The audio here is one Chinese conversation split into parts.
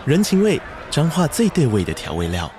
人情味，彰化最对味的调味料。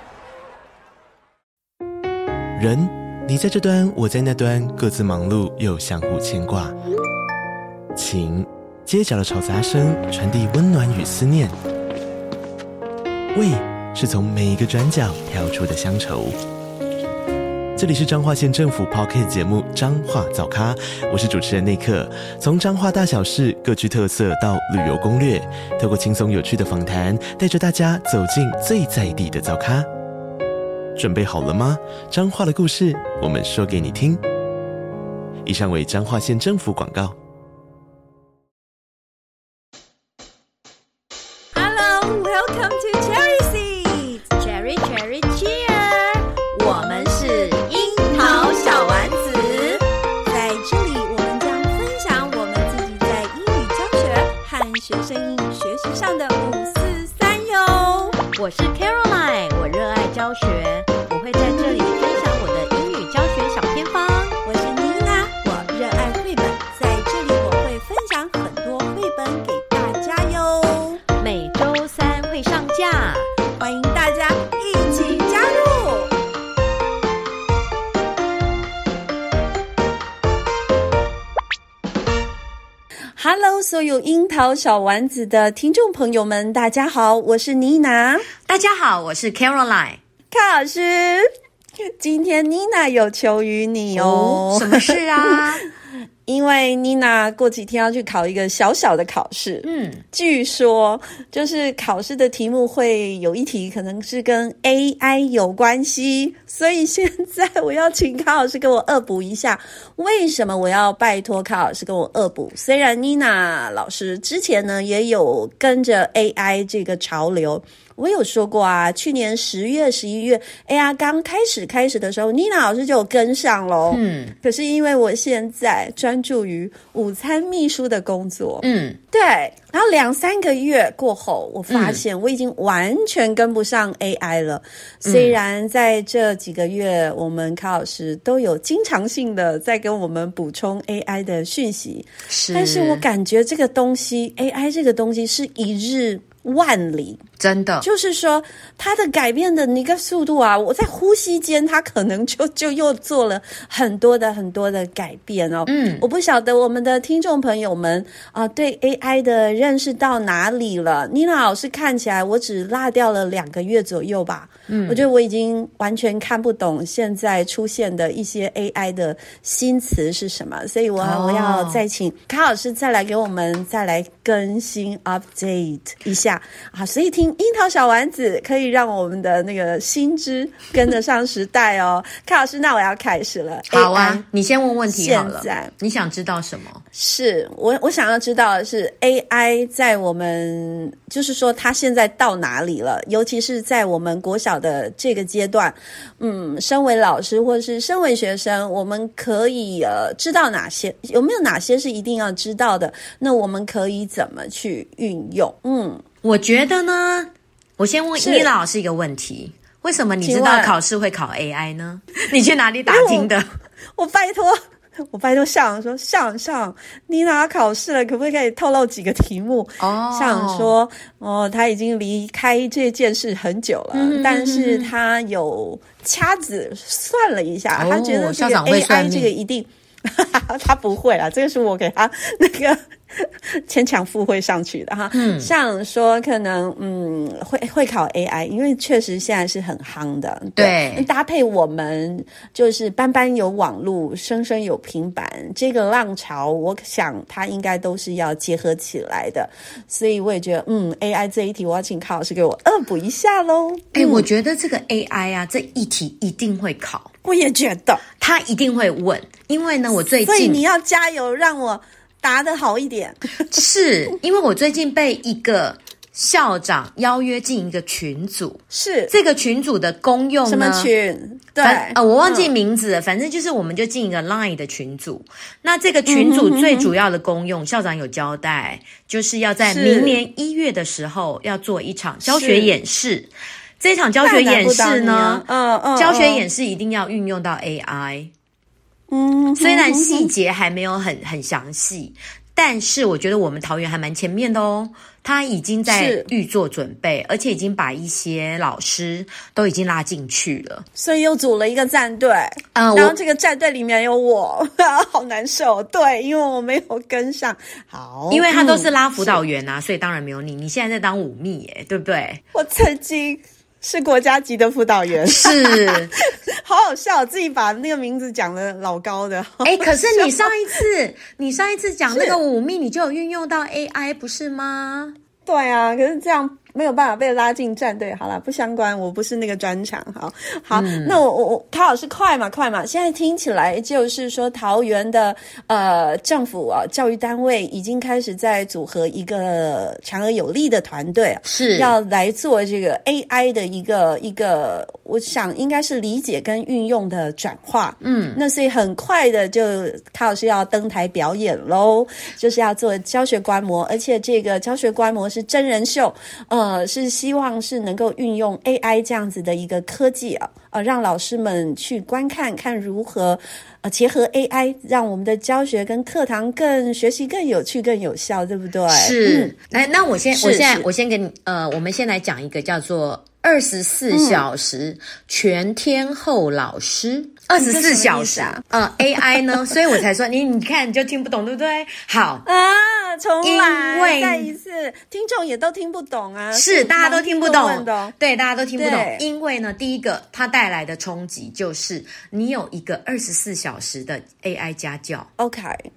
人，你在这端，我在那端，各自忙碌又相互牵挂。情，街角的吵杂声传递温暖与思念。味，是从每一个转角跳出的乡愁。这里是彰化县政府 Podcast 节目《彰化早咖》，我是主持人内克。从彰化大小事各具特色到旅游攻略，透过轻松有趣的访谈，带着大家走进最在地的早咖。准备好了吗？彰化的故事，我们说给你听。以上为彰化县政府广告。 Hello, welcome to Cherry Seeds. Cherry, cherry, cheer. 我们是樱桃小丸子，在这里我们将分享我们自己在英语教学和学生英语学习上的543哟。我是 Caroline， 我热爱教学，我会在这里分享我的英语教学小偏方。我是妮娜，我热爱绘本，在这里我会分享很多绘本给大家哟。每周三会上架，欢迎大家一起加入。Hello， 所有樱桃小丸子的听众朋友们，大家好，我是妮娜。 大家好，我是 Caroline。 卡老师，今天妮娜有求于你哦。 什么事啊？ 因为妮娜过几天要去考一个小小的考试，据说就是考试的题目会有一题可能是跟 AI 有关系，所以现在我要请卡老师给我恶补一下，为什么我要拜托卡老师跟我恶补？虽然妮娜老师之前呢也有跟着 AI 这个潮流，我有说过啊，去年10月、11月 AI 刚开始的时候，妮娜老师就有跟上咯。可是因为我现在专注于午餐秘书的工作，对，然后2-3个月过后，我发现我已经完全跟不上 AI 了。虽然在这几个月，我们卡老师都有经常性的在跟我们补充 AI 的讯息，但是我感觉这个东西 AI 这个东西是一日万里， 真的， 就是说它的改变的那个速度啊，我在呼吸间它可能就又做了很多的改变哦。我不晓得我们的听众朋友们对 AI 的认识到哪里了。妮娜老师看起来我只落掉了2个月左右吧，我觉得我已经完全看不懂现在出现的一些 AI 的新词是什么，所以我要再请卡老师再来给我们再来更新 update 一下所以听樱桃小丸子可以让我们的那个心智跟得上时代哦。卡老师，那我要开始了。 好啊，你先问问题好了。 现在你想知道什么？ 是我想要知道的是 AI 在我们就是说它现在到哪里了，尤其是在我们国小的这个阶段，身为老师或是身为学生，我们可以知道哪些，有没有哪些是一定要知道的，那我们可以怎么去运用？ 我觉得呢，我先问妮娜老师一个问题，为什么你知道考试会考 AI 呢？你去哪里打听的？ 我拜托校长说，校长妮娜考试了，可不可以透露几个题目？校长说他已经离开这件事很久了，但是他有掐指算了一下，他觉得这个 AI 这个一定他不会啦，这个是我给他那个牵强附会上去的哈。像说可能会考 AI， 因为确实现在是很夯的，对，搭配我们就是班班有网路，生生有平板这个浪潮，我想它应该都是要结合起来的，所以我也觉得AI 这一题我要请卡老师给我恶补一下咯。 我觉得这个 AI 啊，这一题一定会考， 我也觉得他一定会问，因为呢我最近， 所以你要加油让我答得好一点。 是因为我最近被一个校长邀约进一个群组， 是这个群组的功用呢？ 什么群？对我忘记名字了，反正就是我们就进一个 LINE 的群组。那这个群组最主要的功用，校长有交代，就是要在明年1月的时候要做一场教学演示。这场教学演示呢，教学演示一定要运用到 AI。虽然细节还没有很详细， 但是我觉得我们桃园还蛮前面的哦，他已经在预做准备，而且已经把一些老师都已经拉进去了， 所以又组了一个战队。然后这个战队里面有我，好难受。对，因为我没有跟上。好， 因为他都是拉辅导员啊，所以当然没有你。你现在在当武秘耶，对不对？ 我曾经是国家级的辅导员， 是好好笑，自己把那个名字讲的老高的。 可是你上一次讲那个武秘，你就有运用到 AI 不是吗？ 对啊，可是这样没有办法被拉进战队。好啦，不相关，我不是那个专长。好，那我陶老师快嘛。现在听起来就是说，桃园的政府教育单位已经开始在组合一个强而有力的团队， 是要来做这个 AI 的一个，我想应该是理解跟运用的转化。那所以很快的就陶老师要登台表演咯，就是要做教学观摩，而且这个教学观摩是真人秀。是希望是能够运用 AI 这样子的一个科技让老师们去观看如何结合 AI， 让我们的教学跟课堂更学习更有趣更有效，对不对？ 是。那我先给你我们先来讲一个叫做24小时全天候老师。24小时AI 呢，所以我才说你看你就听不懂，对不对？好重来再一次，听众也都听不懂啊， 是大家都听不懂，对，大家都听不懂。因为呢，第一个它带来的冲击就是你有一个24小时的 AI 家教 ，OK，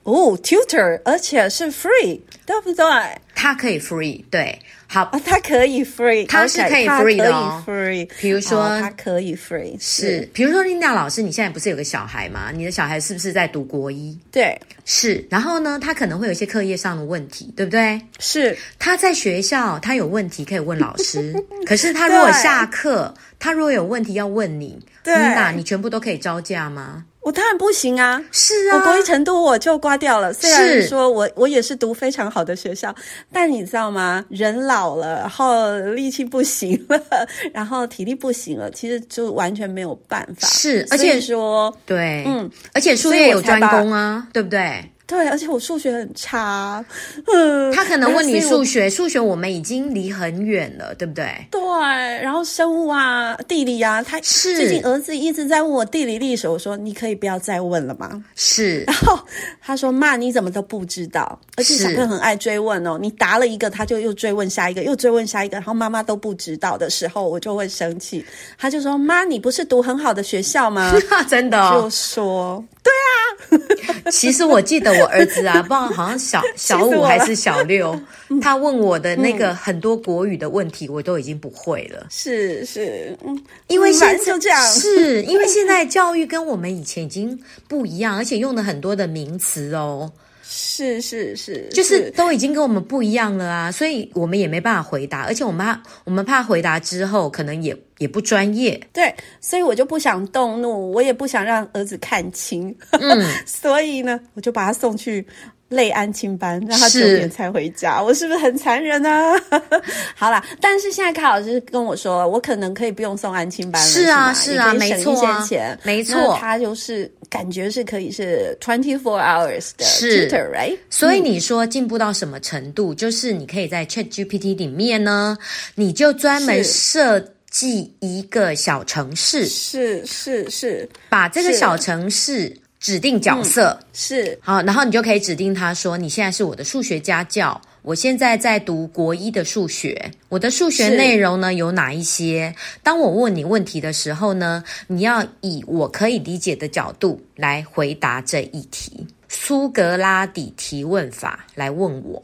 tutor， 而且是 free， 对不对？ 它可以 free， 对，好， 它可以 free， 它是可以 free 的哦。 free， 比如说它可以 free， 是，比如说Linda老师，你现在不是有个小孩吗？你的小孩是不是在读国一？ 对， 是。然后呢，他可能会有一些课业上的问题，对不对？ 是。 他在学校他有问题可以问老师，可是他如果下课，他如果有问题要问你，Linda，你全部都可以招架吗？ 我当然不行啊！ 是啊， 我国一程度我就挂掉了。虽然说我也是读非常好的学校，但你知道吗？人老了，然后力气不行了，然后体力不行了，其实就完全没有办法。 是，而且说对，而且术业有专攻啊，对不对？ 对，而且我数学很差， 他可能问你数学我们已经离很远了，对不对？ 对，然后生物啊、地理啊，他最近儿子一直在问我地理历史，我说你可以不要再问了吗？ 是， 然后他说妈，你怎么都不知道？而且小朋友很爱追问哦，你答了一个，他就又追问下一个，又追问下一个，然后妈妈都不知道的时候，我就会生气。他就说妈，你不是读很好的学校吗？ 真的就说对啊。 其实我记得我儿子啊，不知道好像小5还是小6，他问我的那个很多国语的问题，我都已经不会了。 是， 因为现在就这样， 是因为现在教育跟我们以前已经不一样，而且用了很多的名词哦。 是， 就是都已经跟我们不一样了啊，所以我们也没办法回答，而且我们怕回答之后可能也不专业。 对，所以我就不想动怒，我也不想让儿子看清。所以呢，我就把他送去类安亲班，让他9点才回家。我是不是很残忍啊？好啦，但是现在卡老师跟我说，我可能可以不用送安亲班了。 是啊，没错啊， 省一些钱， 没错。 他就是感觉是可以是24 hours 的 tutor， right？ 所以你说进步到什么程度？就是你可以在 ChatGPT 里面呢，你就专门设计一个小程式， 是，把这个小程式指定角色， 是好，然后你就可以指定他说，你现在是我的数学家教，我现在在读国一的数学，我的数学内容呢有哪一些？当我问你问题的时候呢，你要以我可以理解的角度来回答这一题，苏格拉底提问法来问我。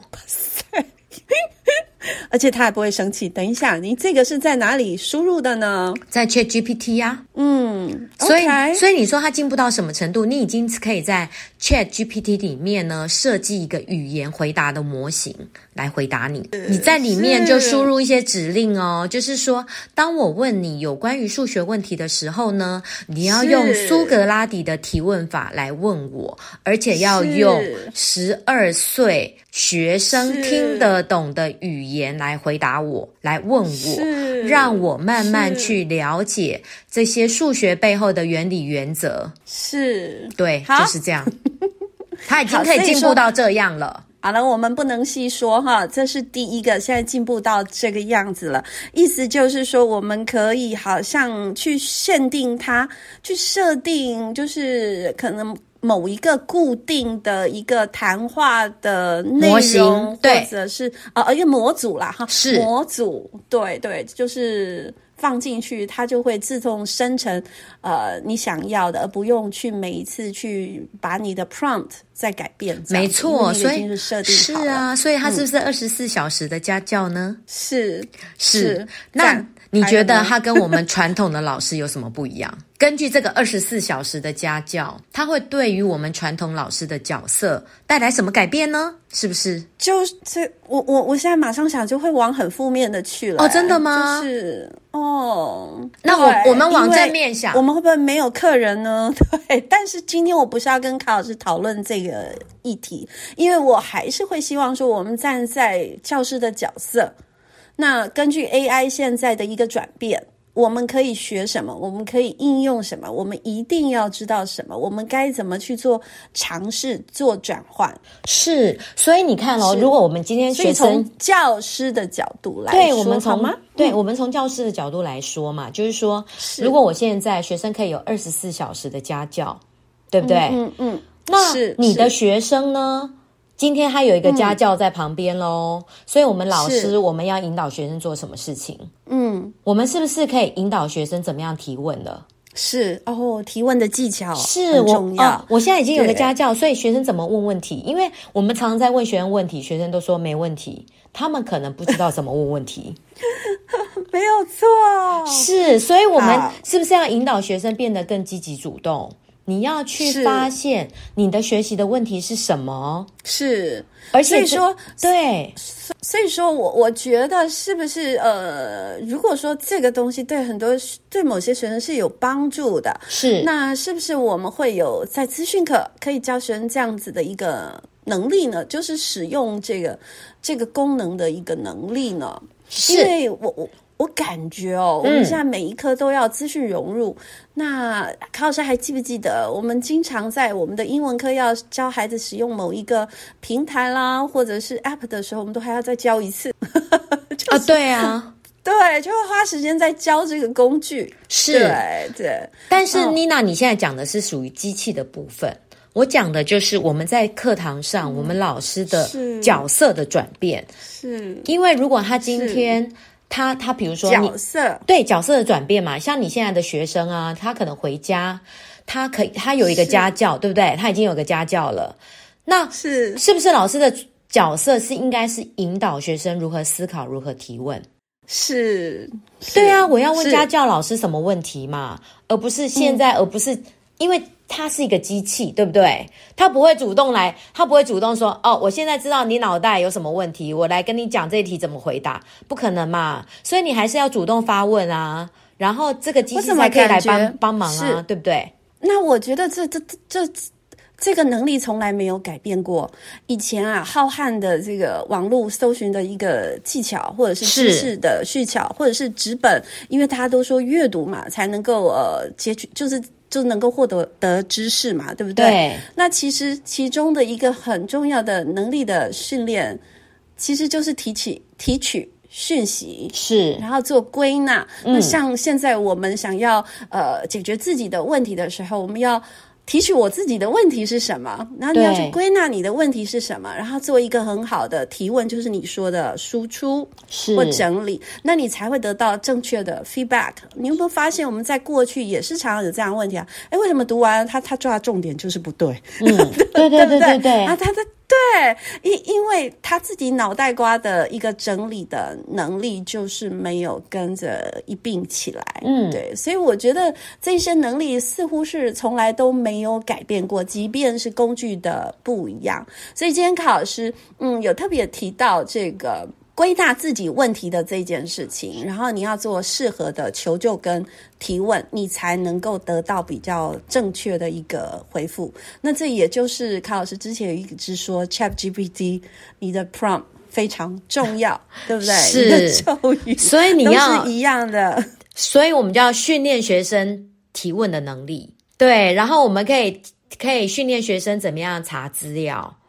而且他还不会生气。等一下，你这个是在哪里输入的呢？ 在 ChatGPT 啊。所以你说他进步到什么程度？你已经可以在 ChatGPT 里面呢设计一个语言回答的模型来回答你。你在里面就输入一些指令哦，就是说，当我问你有关于数学问题的时候呢，你要用苏格拉底的提问法来问我，而且要用12岁学生听得懂的语言来回答我，来问我，让我慢慢去了解这些数学背后的原理原则。 是， 对，就是这样。他已经可以进步到这样了。 好了，我们不能细说哈，这是第一个，现在进步到这个样子了。意思就是说，我们可以好像去限定它，去设定，就是可能某一个固定的一个谈话的内容，或者是一个模组啦哈， 是模组，对对，就是放进去，它就会自动生成你想要的，而不用去每一次去把你的 prompt 再改变。 没错，所以已经是设定好了。 是啊，所以它是不是24小时的家教呢？ 是。 那你觉得它跟我们传统的老师有什么不一样？根据这个24小时的家教，它会对于我们传统老师的角色带来什么改变呢？是不是？ 就是我现在马上想就会往很负面的去了。 真的吗？ 就是那我们往正面想， 我们会不会没有客人呢？对，但是今天我不是要跟卡老师讨论这个议题，因为我还是会希望说我们站在教师的角色，那根据 AI 现在的一个转变，我们可以学什么，我们可以应用什么，我们一定要知道什么，我们该怎么去做尝试做转换。 是，所以你看如果我们今天学生从教师的角度来说， 对，我们从教师的角度来说嘛，就是说如果我现在学生可以有24小时的家教，对不对？那你的学生呢，今天他有一个家教在旁边咯，所以我们老师我们要引导学生做什么事情？我们是不是可以引导学生怎么样提问了？ 是提问的技巧很重要。 我现在已经有个家教，所以学生怎么问问题？因为我们常常在问学生问题，学生都说没问题，他们可能不知道怎么问问题。 没有错， 是，所以我们是不是要引导学生变得更积极主动？你要去发现你的学习的问题是什么？ 是， 而且对，所以说我觉得是不是如果说这个东西对某些学生是有帮助的， 是，那是不是我们会有在资讯课可以教学生这样子的一个能力呢？就是使用这个功能的一个能力呢？ 是， 因为我感觉我们现在每一科都要资讯融入。那卡老师还记不记得，我们经常在我们的英文课要教孩子使用某一个平台啦，或者是 App 的时候，我们都还要再教一次。 对啊。 对，就会花时间在教这个工具。 是， 对。 但是妮娜，你现在讲的是属于机器的部分。我讲的就是我们在课堂上，我们老师的角色的转变。是，因为如果他今天他比如说角色的转变嘛，像你现在的学生啊，他可能回家，他有一个家教，对不对？他已经有个家教了，那是不是老师的角色应该是引导学生如何思考，如何提问？ 是， 对啊，我要问家教老师什么问题嘛，而不是现在，而不是因为它是一个机器，对不对？他不会主动说我现在知道你脑袋有什么问题，我来跟你讲这一题怎么回答，不可能嘛。所以你还是要主动发问啊，然后这个机器才可以来帮忙啊，对不对？ 那我觉得这个能力从来没有改变过。以前浩瀚的这个网络搜寻的一个技巧，或者是知识的技巧，或者是纸本，因为大家都说阅读嘛，才能够截取，就能够获得知识嘛，对不对？ 对。 那其实其中的一个很重要的能力的训练，其实就是提取讯息， 是， 然后做归纳。那像现在我们想要解决自己的问题的时候，我们要提取我自己的问题是什么，然后你要去归纳你的问题是什么，然后做一个很好的提问，就是你说的输出或整理，那你才会得到正确的 feedback。 你有没有发现我们在过去也是常常有这样的问题啊？为什么读完他抓的重点就是不对？ 对啊，对，因为他自己脑袋瓜的一个整理的能力就是没有跟着一并起来。对，所以我觉得这些能力似乎是从来都没有改变过，即便是工具的不一样。所以今天卡老师有特别提到这个归纳自己问题的这件事情，然后你要做适合的求救跟提问，你才能够得到比较正确的一个回复。那这也就是卡老师之前有一直说 ChatGPT 你的 prompt 非常重要，对不对？ 是， 你的咒语所以你要都是一样的， 所以我们就要训练学生提问的能力。对，然后我们可以训练学生怎么样查资料，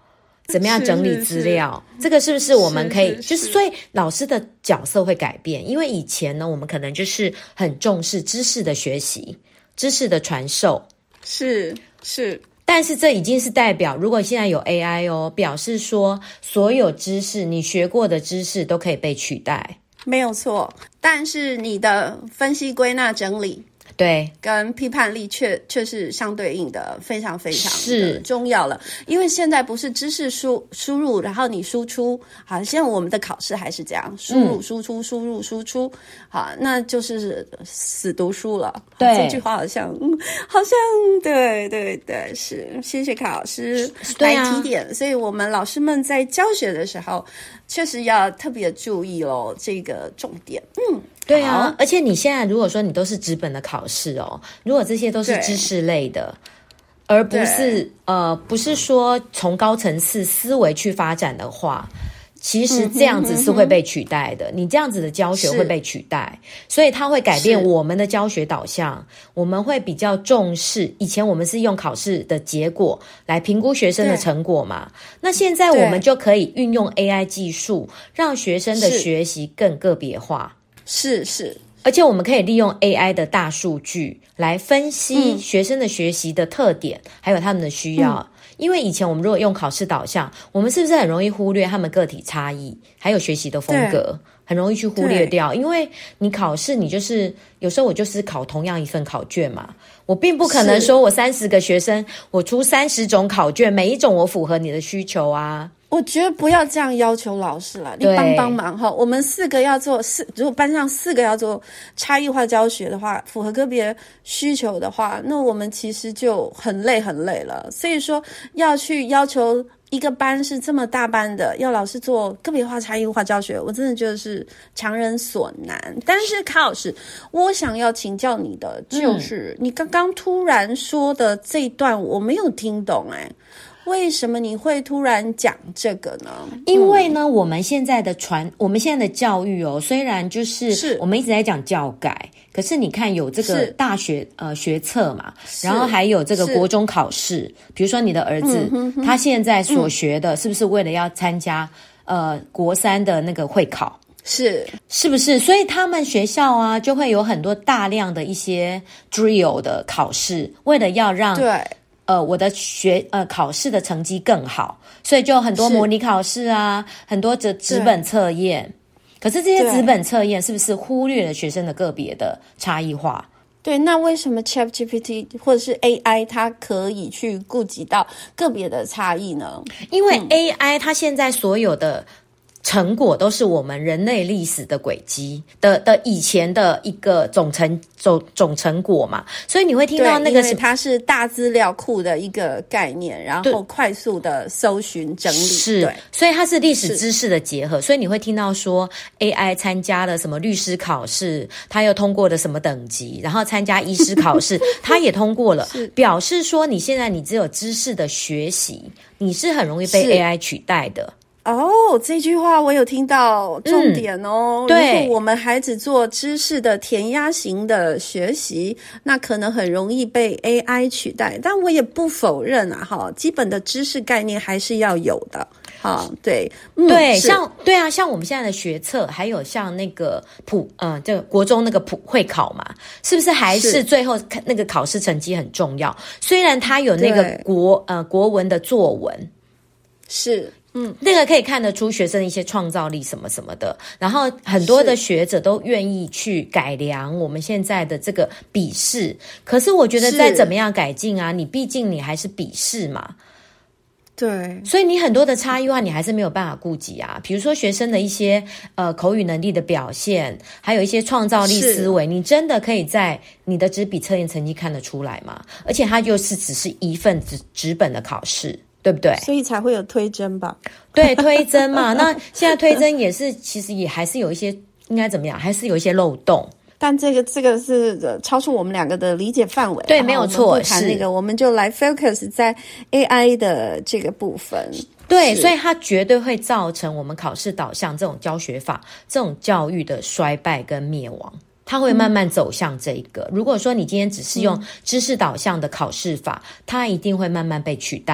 怎么样整理资料，这个是不是我们可以就是所以老师的角色会改变，因为以前呢我们可能就是很重视知识的学习，知识的传授， 是， 但是这已经是代表如果现在有 AI 哦，表示说所有知识你学过的知识都可以被取代， 没有错，但是你的分析归纳整理对，跟批判力却是相对应的，非常非常的重要了。因为现在不是知识输入，然后你输出。好，现在我们的考试还是这样，输入输出，输入输出。好，那就是死读书了。 对， 这句话好像对，是。谢谢卡老师来提点，所以我们老师们在教学的时候，确实要特别注意咯这个重点。 对啊，而且你现在如果说你都是纸本的考试哦，如果这些都是知识类的，而不是说从高层次思维去发展的话，其实这样子是会被取代的，你这样子的教学会被取代，所以它会改变我们的教学导向，我们会比较重视，以前我们是用考试的结果来评估学生的成果嘛，那现在我们就可以运用 AI 技术，让学生的学习更个别化。是，而且我们可以利用 AI 的大数据来分析学生的学习的特点，还有他们的需要。因为以前我们如果用考试导向，我们是不是很容易忽略他们个体差异，还有学习的风格，很容易去忽略掉。因为你考试，你就是有时候我就是考同样一份考卷嘛，我并不可能说我30个学生，我出30种考卷，每一种我符合你的需求啊。 我觉得不要这样要求老师了，你帮忙哈。我们如果班上4个要做差异化教学的话，符合个别需求的话，那我们其实就很累了。所以说要去要求一个班是这么大班的，要老师做个别化差异化教学，我真的觉得是强人所难。但是卡老师，我想要请教你的就是你刚刚突然说的这一段我没有听懂为什么你会突然讲这个呢？ 因为呢，我们现在的教育虽然就是我们一直在讲教改，可是你看有这个大学学测嘛，然后还有这个国中考试，比如说你的儿子，他现在所学的是不是为了要参加国3的那个会考？是不是？所以他们学校就会有很多大量的一些 drill 的考试，为了要让我的考试的成绩更好，所以就很多模拟考试很多纸本测验。可是这些纸本测验是不是忽略了学生的个别的差异化？ 对，那为什么 ChatGPT 或者是 AI 它可以去顾及到个别的差异呢？ 因为 AI 它现在所有的成果都是我们人类历史的轨迹的以前的一个总成果嘛，所以你会听到那个因为它是大资料库的一个概念，然后快速的搜寻整理， 对，所以它是历史知识的结合，所以你会听到说 AI 参加了什么律师考试，他又通过了什么等级，然后参加医师考试他也通过了，表示说你现在你只有知识的学习，你是很容易被 AI 取代的。 这句话我有听到重点对， 如果我们孩子做知识的填鸭型的学习，那可能很容易被 AI 取代，但我也不否认基本的知识概念还是要有的。对，像我们现在的学测，还有像那个这个国中那个会考嘛，是不是还是最后那个考试成绩很重要？虽然它有那个国文的作文，那个可以看得出学生的一些创造力什么什么的，然后很多的学者都愿意去改良我们现在的这个笔试，可是我觉得再怎么样改进你毕竟你还是笔试嘛， 对， 所以你很多的差异化你还是没有办法顾及比如说学生的一些口语能力的表现，还有一些创造力思维，你真的可以在你的纸笔测验成绩看得出来吗？而且它就是只是一份纸本的考试，对不对？ 所以才会有推甄吧？ 对，推甄嘛。那现在推甄也是，其实也还是有一些，应该怎么样？还是有一些漏洞。 但这个是超出我们两个的理解范围。 对，没有错。 我们不谈那个，我们就来 focus 在 AI 的这个部分。 对，所以它绝对会造成我们考试导向这种教学法、这种教育的衰败跟灭亡。它会慢慢走向这个。如果说你今天只是用知识导向的考试法，它一定会慢慢被取代。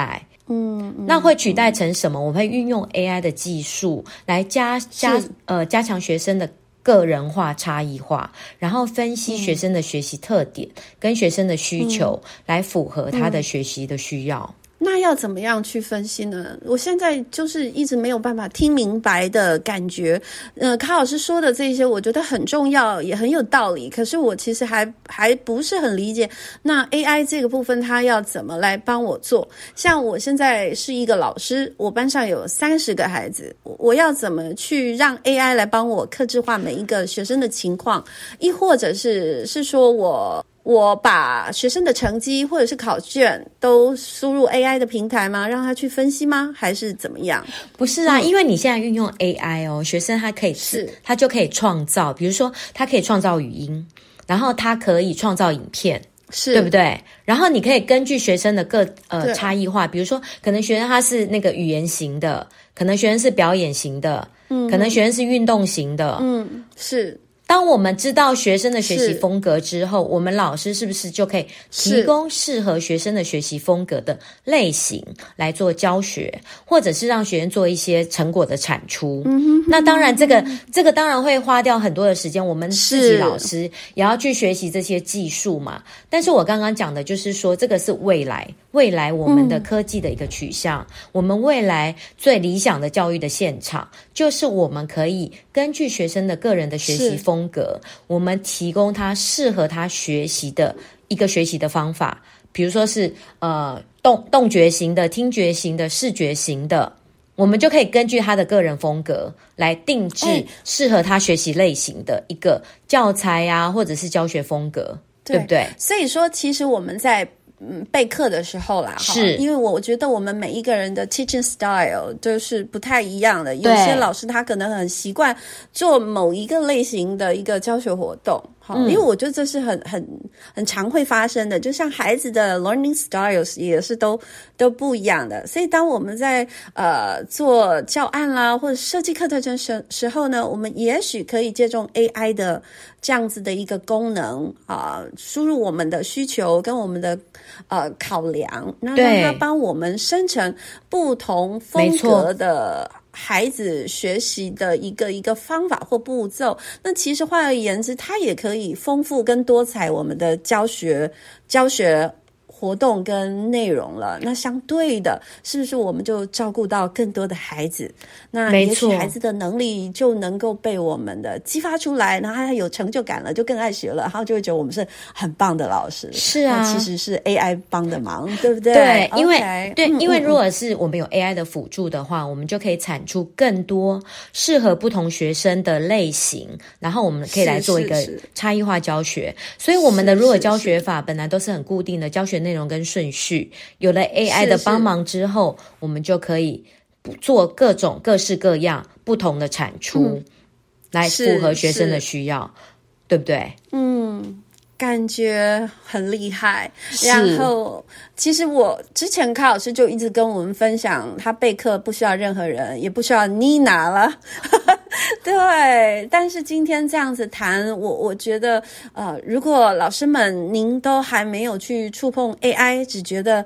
那会取代成什么？我们会运用 AI 的技术来加强学生的个人化、差异化，然后分析学生的学习特点跟学生的需求，来符合他的学习的需要。 那要怎么样去分析呢？我现在就是一直没有办法听明白的感觉。卡老师说的这些，我觉得很重要，也很有道理。可是我其实还不是很理解，那 AI 这个部分它要怎么来帮我做？像我现在是一个老师，我班上有30个孩子，我要怎么去让 AI 来帮我客制化每一个学生的情况？亦或者是说我把学生的成绩或者是考卷都输入 AI 的平台吗？让他去分析吗？还是怎么样？ 不是啊，因为你现在运用 AI 学生他就可以创造，比如说他可以创造语音，然后他可以创造影片，对不对？然后你可以根据学生的差异化，比如说可能学生他是那个语言型的，可能学生是表演型的，可能学生是运动型的， 是。 当我们知道学生的学习风格之后，我们老师是不是就可以提供适合学生的学习风格的类型来做教学，或者是让学生做一些成果的产出？那当然这个当然会花掉很多的时间，我们自己老师也要去学习这些技术嘛。但是我刚刚讲的就是说，这个是未来我们的科技的一个取向，我们未来最理想的教育的现场，就是我们可以根据学生的个人的学习风格，我们提供他适合他学习的一个学习的方法，比如说是动觉型的、听觉型的、视觉型的，我们就可以根据他的个人风格来定制适合他学习类型的一个教材啊，或者是教学风格，对不对？ 所以说其实我们在备课的时候啦， 是因为我觉得我们每一个人的 teaching style 都是不太一样的，有些老师他可能很习惯做某一个类型的一个教学活动，因为我觉得这是很常会发生的，就像孩子的 learning styles 也是都不一样的，所以当我们在做教案啦或者设计课程时候呢，我们也许可以借重 AI 的这样子的一个功能输入我们的需求跟我们的考量，那让它帮我们生成不同风格的孩子学习的一个方法或步骤。那其实换而言之，它也可以丰富跟多彩我们的教学活动跟内容了。那相对的，是不是我们就照顾到更多的孩子？那也许孩子的能力就能够被我们的激发出来，然后他有成就感了，就更爱学了，然后就会觉得我们是很棒的老师。 是啊， 那其实是 AI 帮的忙，对不对？ 对，因为如果是我们有 AI 的辅助的话，我们就可以产出更多适合不同学生的类型，然后我们可以来做一个差异化教学。所以我们的如果教学法本来都是很固定的教学内容跟顺序，有了 AI 的帮忙之后，我们就可以做各式各样不同的产出，来符合学生的需要，对不对？ 感觉很厉害。然后其实我之前卡老师就一直跟我们分享，他备课不需要任何人，也不需要Nina了对，但是今天这样子谈，我觉得如果老师们您都还没有去触碰 AI， 只觉得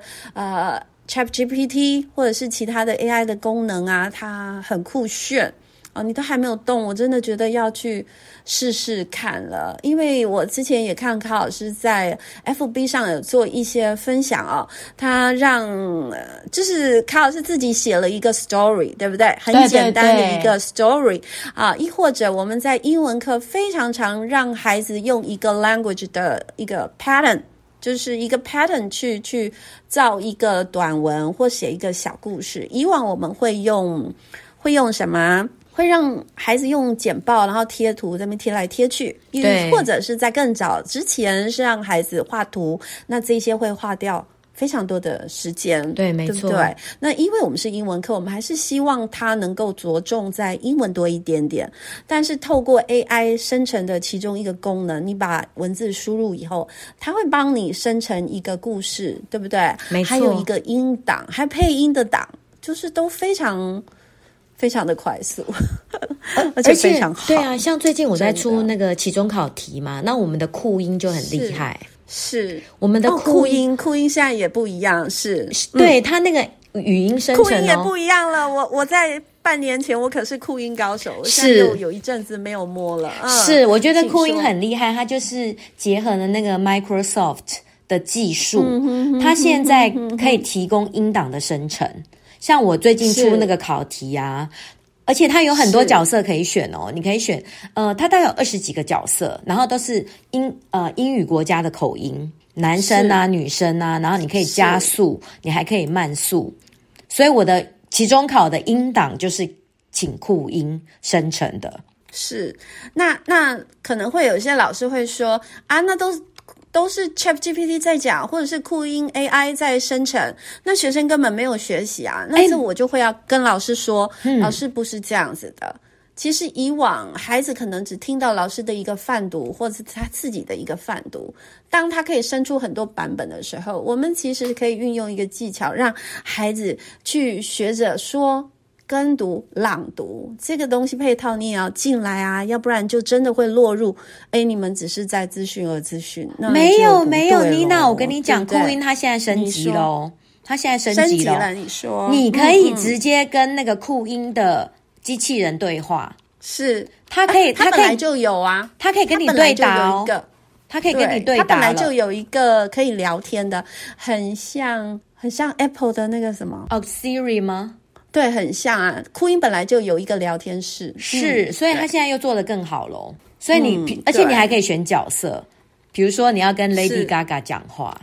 ChatGPT 或者是其他的 AI 的功能啊，它很酷炫你都还没有动，我真的觉得要去试试看了。因为我之前也看卡老师在 FB 上有做一些分享他让就是卡老师自己写了一个 story， 对不对？很简单的一个 story 亦或者我们在英文课非常常让孩子用一个 language 的一个 pattern，就是一个 pattern 去造一个短文或写一个小故事。以往我们会用什么？会让孩子用简报，然后贴图在那边贴来贴去，或者是在更早之前是让孩子画图，那这些会花掉非常多的时间， 对，没错， 对不对？那因为我们是英文课，我们还是希望它能够着重在英文多一点点，但是透过 AI 生成的其中一个功能，你把文字输入以后，它会帮你生成一个故事，对不对？ 没错， 还有一个音档，还配音的档，就是都非常的快速而且非常好。 对啊，像最近我在出那个期中考题嘛，那我们的酷音就很厉害， 是我们的酷音现在也不一样，是对，它那个语音生成酷音也不一样了。我在半年前我可是酷音高手，我现在又有一阵子没有摸了。 是，我觉得酷音很厉害，它就是结合了那个 Microsoft 的技术，它现在可以提供音档的生成。像我最近出那个考题啊，而且它有很多角色可以选哦，你可以选它大概有20几个角色，然后都是英语国家的口音，男生啊女生啊，然后你可以加速，你还可以慢速。所以我的期中考的音档就是请酷音生成的。 是，那可能会有些老师会说啊，那都是 ChatGPT 在讲，或者是酷音 AI 在生成，那学生根本没有学习啊。那这我就会要跟老师说，老师不是这样子的。其实以往孩子可能只听到老师的一个范读，或者是他自己的一个范读，当他可以生出很多版本的时候，我们其实可以运用一个技巧，让孩子去学着说跟读、朗读这个东西配套你也要进来啊，要不然就真的会落入你们只是在资讯而资讯。 没有妮娜，我跟你讲，酷音它现在升级咯，它现在升级了。 你说你可以直接跟那个酷音的机器人对话， 是它可以， 它本来就有啊， 它可以跟你对答哦，它可以跟你对答了。 它本来就有一个可以聊天的，很像 Apple 的那个什么 Siri 吗？ 对，很像啊。酷音本来就有一个聊天室， 是，所以它现在又做得更好咯。所以而且你还可以选角色，比如说你要跟 Lady Gaga 讲话。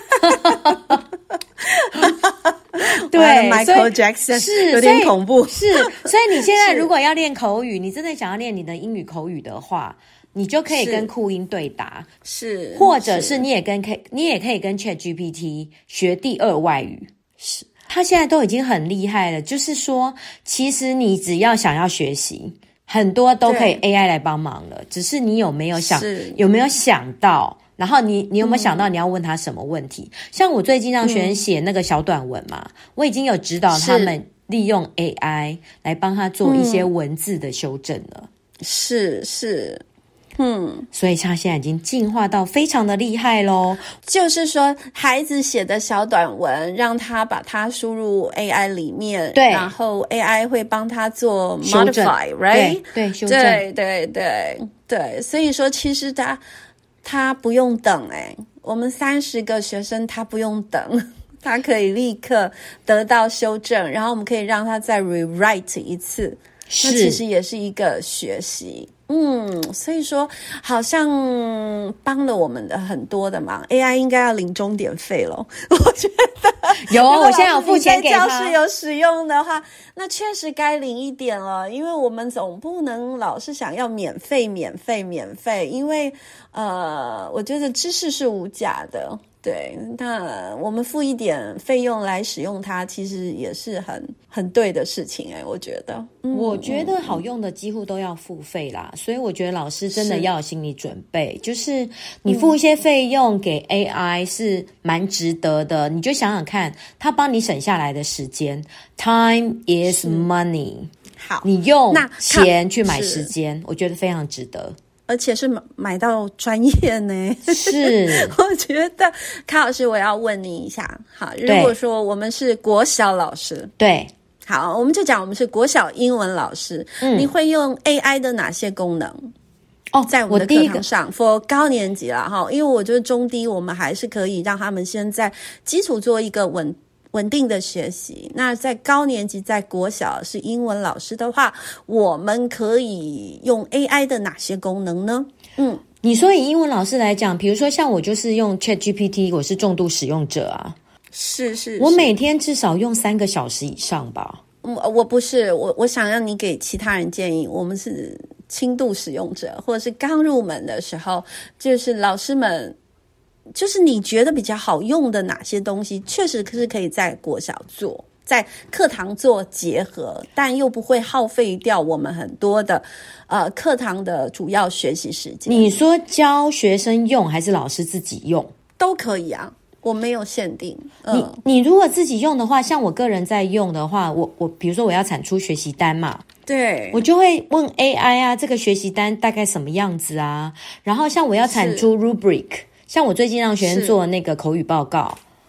对 ，Michael Jackson 是有点恐怖。 是，所以你现在如果要练口语，你真的想要练你的英语口语的话，你就可以跟酷音对答， 是， 或者是你也可以跟 ChatGPT 学第二外语。是，他现在都已经很厉害了，就是说，其实你只要想要学习，很多都可以 AI 来帮忙了，只是你有没有想到。然后你有没有想到你要问他什么问题？像我最近让学生写那个小短文嘛，我已经有指导他们利用 AI 来帮他做一些文字的修正了。 是， 所以他现在已经进化到非常的厉害咯。 就是说孩子写的小短文，让他把它输入 AI 里面， 对， 然后 AI 会帮他做 modify， right？ 对，修正， 对，所以说其实他不用等我们30个学生他不用等，他可以立刻得到修正，然后我们可以让他再 rewrite 一次，那其实也是一个学习。所以说好像帮了我们的很多的忙 ，AI 应该要领钟点费咯。我觉得有，我现在有付钱给他。 教室有使用的话，那确实该领一点了，因为我们总不能老是想要免费，因为我觉得知识是无价的。对，那我们付一点费用来使用它，其实也是很对的事情我觉得。 我觉得好用的几乎都要付费啦，所以我觉得老师真的要有心理准备，就是你付一些费用给 AI 是蛮值得的。你就想想看，它帮你省下来的时间 ，time is money。 好， 你用钱去买时间，我觉得非常值得。 而且是买到专业呢， 是我觉得卡老师，我要问你一下，好，如果说我们是国小老师， 对， 好，我们就讲我们是国小英文老师，你会用 AI 的哪些功能？在我们的课堂上 for 高年级啦哈，因为我觉得中低我们还是可以让他们先在基础做一个稳定的学习。那在高年级，在国小是英文老师的话，我们可以用 AI 的哪些功能呢？ 你说以英文老师来讲，比如说像我就是用 ChatGPT， 我是重度使用者啊。 是， 我每天至少用3个小时以上吧。 我不是，我想让你给其他人建议，我们是轻度使用者，或者是刚入门的时候，就是老师们。就是你觉得比较好用的哪些东西，确实是可以在国小做，在课堂做结合，但又不会耗费掉我们很多的课堂的主要学习时间。 你说教学生用还是老师自己用？ 都可以啊，我没有限定。 你如果自己用的话，像我个人在用的话，我比如说我要产出学习单嘛， 对， 我就会问 AI 啊，这个学习单大概什么样子啊？然后像我要产出 rubric。像我最近让学生做那个口语报告，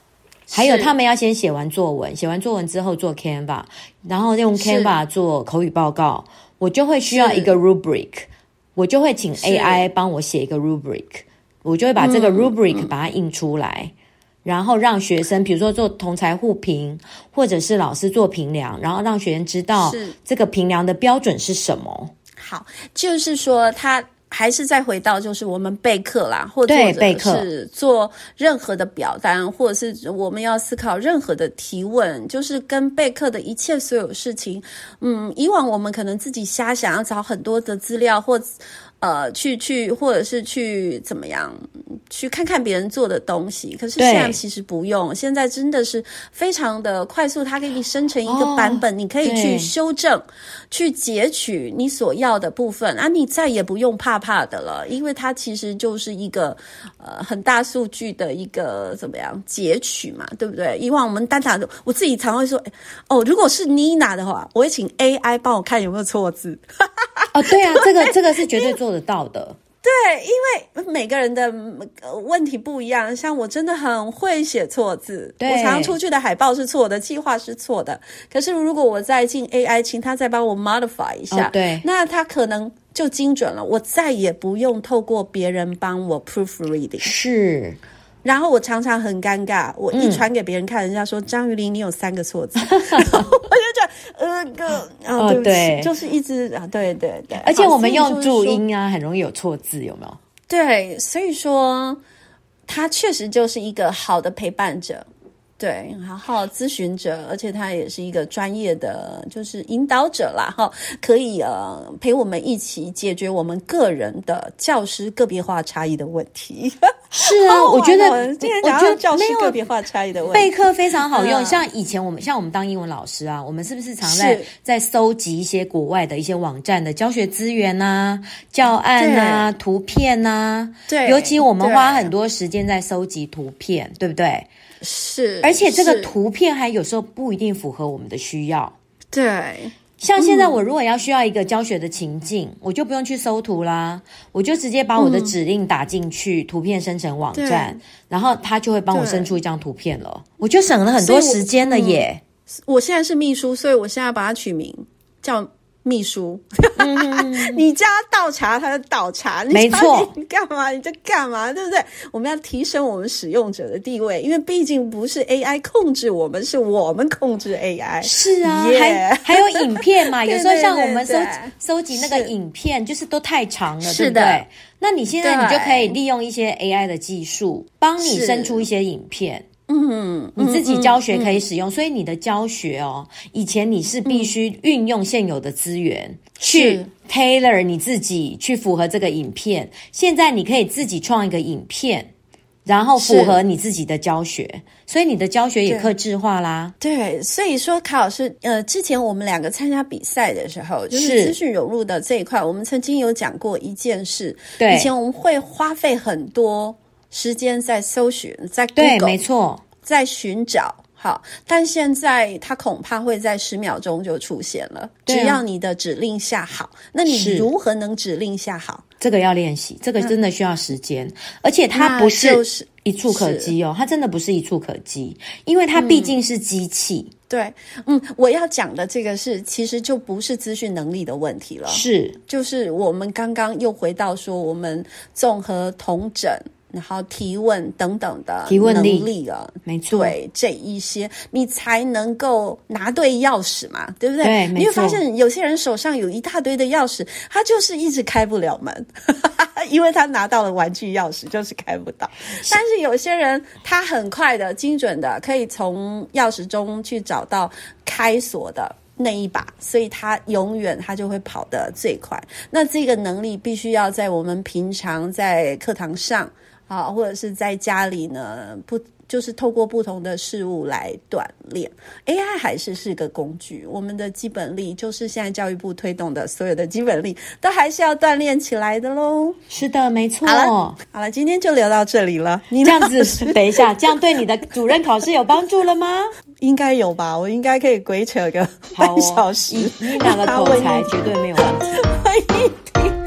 还有他们要先写完作文，写完作文之后做 Canva， 然后用 Canva 做口语报告，我就会需要一个 rubric， 我就会请 AI 帮我写一个 rubric， 我就会把这个 rubric 把它印出来，然后让学生比如说做同侪互评，或者是老师做评量，然后让学生知道这个评量的标准是什么。 好，就是说他还是再回到就是我们备课啦，或者是做任何的表单，或者是我们要思考任何的提问，就是跟备课的一切所有事情。以往我们可能自己瞎想，要找很多的资料，或去或者是去怎么样去看看别人做的东西，可是现在其实不用，现在真的是非常的快速，它给你生成一个版本，你可以去修正，去截取你所要的部分啊，你再也不用怕的了，因为它其实就是一个很大数据的一个怎么样截取嘛，对不对？以往我们单打，我自己常会说如果是 Nina 的话，我会请 AI 帮我看有没有错字。 对啊，这个是绝对做得到的。 对，因为每个人的问题不一样，像我真的很会写错字，我常常出去的海报是错的，计划是错的，可是如果我再进 AI 请他再帮我 modify 一下， 对， 那他可能就精准了，我再也不用透过别人帮我 proofreading。 是，然后我常常很尴尬，我一传给别人看，人家说张于玲你有3个错字，我就觉得对，就是一直对， 而且我们用注音啊，很容易有错字，有没有？ 对，所以说他确实就是一个好的陪伴者，对，然后咨询者，而且他也是一个专业的就是引导者啦，可以陪我们一起解决我们个人的教师个别化差异的问题。 是啊，我觉得今天讲到教师个别化差异的问题， 备课非常好用。像以前我们当英文老师啊，我们是不是常在搜集一些国外的一些网站的教学资源啊、教案啊、图片啊？对，尤其我们花很多时间在搜集图片，对不对？ 是， 而且这个图片还有时候不一定符合我们的需要。 对， 像现在我如果要需要一个教学的情境，我就不用去搜图啦，我就直接把我的指令打进去，图片生成网站，然后它就会帮我生出一张图片了，我就省了很多时间了耶。 我现在是秘书，所以我现在把它取名叫秘书。你叫他倒茶他就倒茶， 没错， 你干嘛你就干嘛，对不对？我们要提升我们使用者的地位，因为毕竟不是 AI 控制我们，是我们控制 AI。 是啊，还有影片嘛，有时候像我们收集那个影片就是都太长了，对不对？那你现在你就可以利用一些 AI 的技术帮你生出一些影片，你自己教学可以使用，所以你的教学以前你是必须运用现有的资源去 tailor 你自己去符合这个影片，现在你可以自己创一个影片，然后符合你自己的教学，所以你的教学也客制化啦。 对，所以说卡老师，之前我们2个参加比赛的时候，就是资讯融入的这一块，我们曾经有讲过一件事。对，以前我们会花费很多时间在搜寻，在 Google， 对，没错， 在寻找。好，但现在它恐怕会在10秒钟就出现了，只要你的指令下好。那你如何能指令下好？ 这个要练习，这个真的需要时间，而且它不是一触可及它真的不是一触可及，因为它毕竟是机器。 对，我要讲的这个其实就不是资讯能力的问题了，就是我们刚刚又回到说我们综合统整，然后提问等等的能力了， 没错， 对，这一些你才能够拿对钥匙嘛，对不对？ 对， 你会发现有些人手上有一大堆的钥匙，他就是一直开不了门，因为他拿到了玩具钥匙，就是开不到。但是有些人他很快的、精准的，可以从钥匙中去找到开锁的那一把，所以他永远他就会跑得最快。那这个能力必须要在我们平常在课堂上或者是在家里呢，就是透过不同的事物来锻炼。 AI 还是个工具，我们的基本力就是现在教育部推动的所有的基本力都还是要锻炼起来的咯。 是的，没错。 好了，今天就聊到这里了。 你这样子等一下，这样对你的主任考试有帮助了吗？ 应该有吧，我应该可以鬼扯个半小时。 你两个口才绝对没有问题。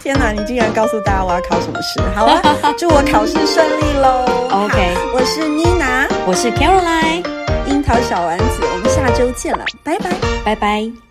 天哪，你竟然告诉大家我要考什么试。好啊，祝我考试顺利咯。 OK， 我是妮娜， 我是 Caroline， 樱桃小丸子，我们下周见了，拜拜。 拜拜。